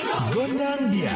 Gondang dia.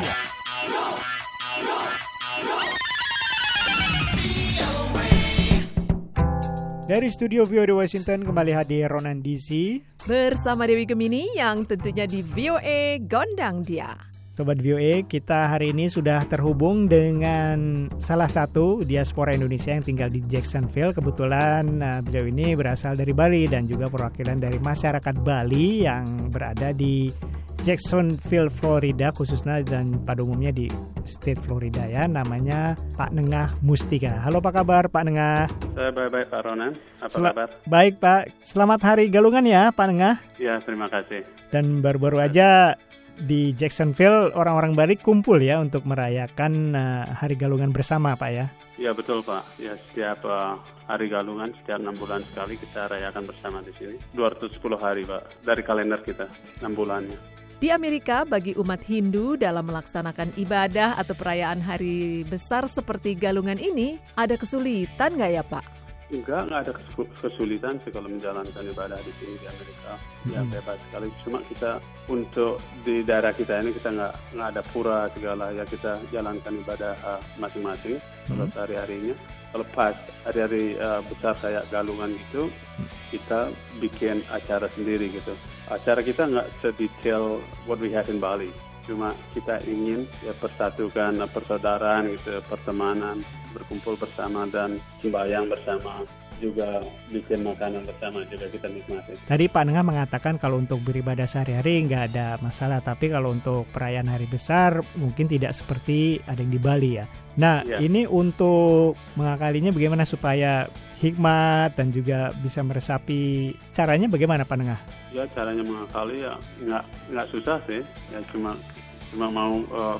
Dari studio VOA Washington kembali hadir Ronan DC bersama Dewi Gemini yang tentunya di VOA Gondang Dia. Sobat VOA, kita hari ini sudah terhubung dengan salah satu diaspora Indonesia yang tinggal di Jacksonville. Kebetulan beliau ini berasal dari Bali dan juga perwakilan dari masyarakat Bali yang berada di Jacksonville, Florida khususnya dan pada umumnya di State Florida ya. Namanya Pak Nengah Mustika. Halo, apa kabar Pak Nengah? Saya baik-baik Pak Ronan. Apa kabar? Baik Pak. Selamat Hari Galungan ya Pak Nengah. Ya, terima kasih. Dan baru-baru aja di Jacksonville orang-orang Bali kumpul ya untuk merayakan Hari Galungan bersama Pak ya. Ya betul Pak. Ya setiap Hari Galungan setiap 6 bulan sekali kita rayakan bersama di sini. 210 hari Pak dari kalender kita 6 bulannya. Di Amerika, bagi umat Hindu dalam melaksanakan ibadah atau perayaan hari besar seperti Galungan ini, ada kesulitan nggak ya Pak? Enggak ada kesulitan sih kalau menjalankan ibadah di sini di Amerika. Ya bebas sekali. Cuma kita untuk di daerah kita ini kita nggak ada pura segala ya, kita jalankan ibadah masing-masing kalau sehari-harinya. Kalau pas hari-hari besar kayak Galungan gitu, kita bikin acara sendiri gitu. Acara kita nggak sedetail what we have in Bali. Cuma kita ingin ya persatukan persaudaraan gitu, pertemanan, berkumpul bersama dan sembahyang bersama, juga bikin makanan bersama juga kita nikmati. Tadi Pak Nengah mengatakan kalau untuk beribadah sehari-hari nggak ada masalah, tapi kalau untuk perayaan hari besar mungkin tidak seperti ada yang di Bali ya. Nah, Ini untuk mengakalinya bagaimana supaya hikmat dan juga bisa meresapi, caranya bagaimana Pak Nengah? Ya caranya mengakali ya nggak susah sih, ya cuma mau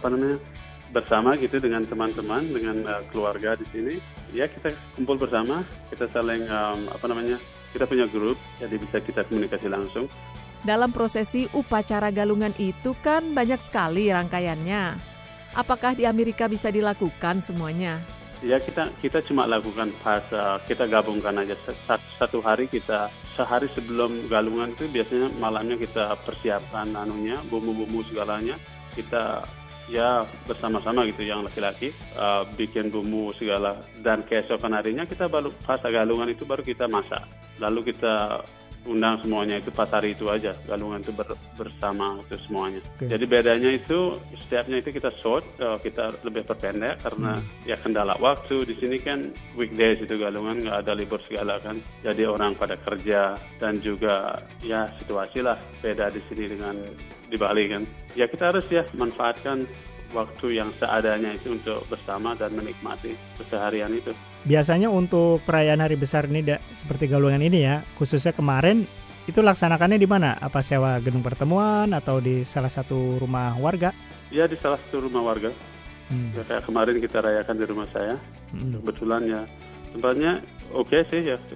bersama gitu dengan teman-teman, dengan keluarga di sini. Ya kita kumpul bersama, kita saling kita punya grup, jadi bisa kita komunikasi langsung. Dalam prosesi upacara Galungan itu kan banyak sekali rangkaiannya. Apakah di Amerika bisa dilakukan semuanya? Ya kita cuma lakukan pas kita gabungkan aja satu hari, kita sehari sebelum Galungan itu biasanya malamnya kita persiapkan bumbu-bumbu segalanya, kita ya bersama-sama gitu yang laki-laki bikin bumbu segala, dan keesokan harinya kita baru pas Galungan itu baru kita masak, lalu kita undang semuanya itu pas hari itu aja, Galungan itu bersama itu semuanya. Okay. Jadi bedanya itu setiapnya itu kita kita lebih perpendek karena ya kendala waktu di sini kan weekdays itu Galungan nggak ada libur segala kan, jadi orang pada kerja dan juga ya situasi lah beda di sini dengan di Bali kan. Ya kita harus ya manfaatkan waktu yang seadanya itu untuk bersama dan menikmati keseharian itu. Biasanya untuk perayaan hari besar ini seperti Galungan ini ya, khususnya kemarin itu laksanakannya di mana? Apa sewa gedung pertemuan atau di salah satu rumah warga? Ya di salah satu rumah warga. Ya, kayak kemarin kita rayakan di rumah saya. Kebetulan ya tempatnya oke sih ya,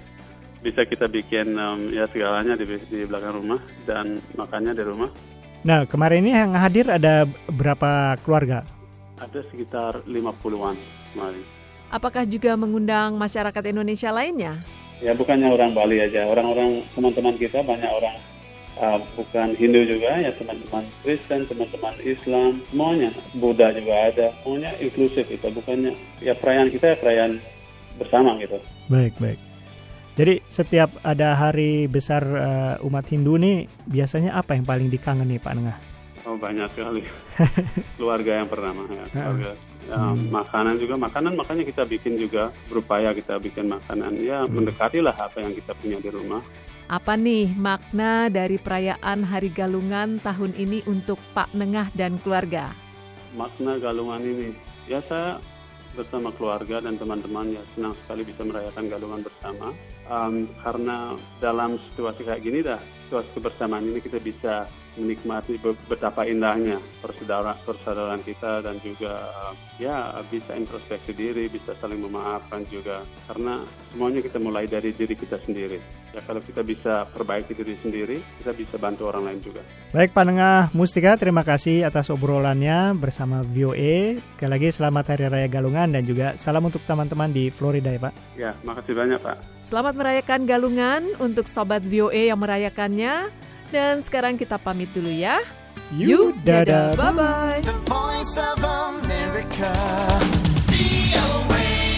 bisa kita bikin ya segalanya di belakang rumah dan makannya di rumah. Nah, kemarin ini yang hadir ada berapa keluarga? Ada sekitar 50-an kemarin. Apakah juga mengundang masyarakat Indonesia lainnya? Ya, bukannya orang Bali aja. Orang-orang teman-teman kita banyak orang bukan Hindu juga, ya teman-teman Kristen, teman-teman Islam, semuanya. Buddha juga ada. Semuanya inklusif kita. Bukannya ya perayaan kita ya perayaan bersama gitu. Baik. Jadi setiap ada hari besar umat Hindu nih, biasanya apa yang paling dikangen nih Pak Nengah? Oh banyak sekali. Keluarga yang pertama ya, keluarga. Makanan makanya kita bikin juga, berupaya kita bikin makanan ya mendekatilah apa yang kita punya di rumah. Apa nih makna dari perayaan Hari Galungan tahun ini untuk Pak Nengah dan keluarga? Makna Galungan ini ya saya bersama keluarga dan teman-teman ya senang sekali bisa merayakan Galungan bersama, karena dalam situasi kayak gini situasi kebersamaan ini kita bisa menikmati betapa indahnya persaudaraan kita dan juga ya bisa introspeksi diri, bisa saling memaafkan juga, karena semuanya kita mulai dari diri kita sendiri. Ya kalau kita bisa perbaiki diri sendiri, kita bisa bantu orang lain juga. Baik Pak Nengah Mustika, terima kasih atas obrolannya bersama VOA. Sekali lagi selamat Hari Raya Galungan dan juga salam untuk teman-teman di Florida ya Pak. Ya, makasih banyak Pak. Selamat merayakan Galungan untuk Sobat VOA yang merayakannya. Dan sekarang kita pamit dulu ya. Yuk, dadah, bye-bye.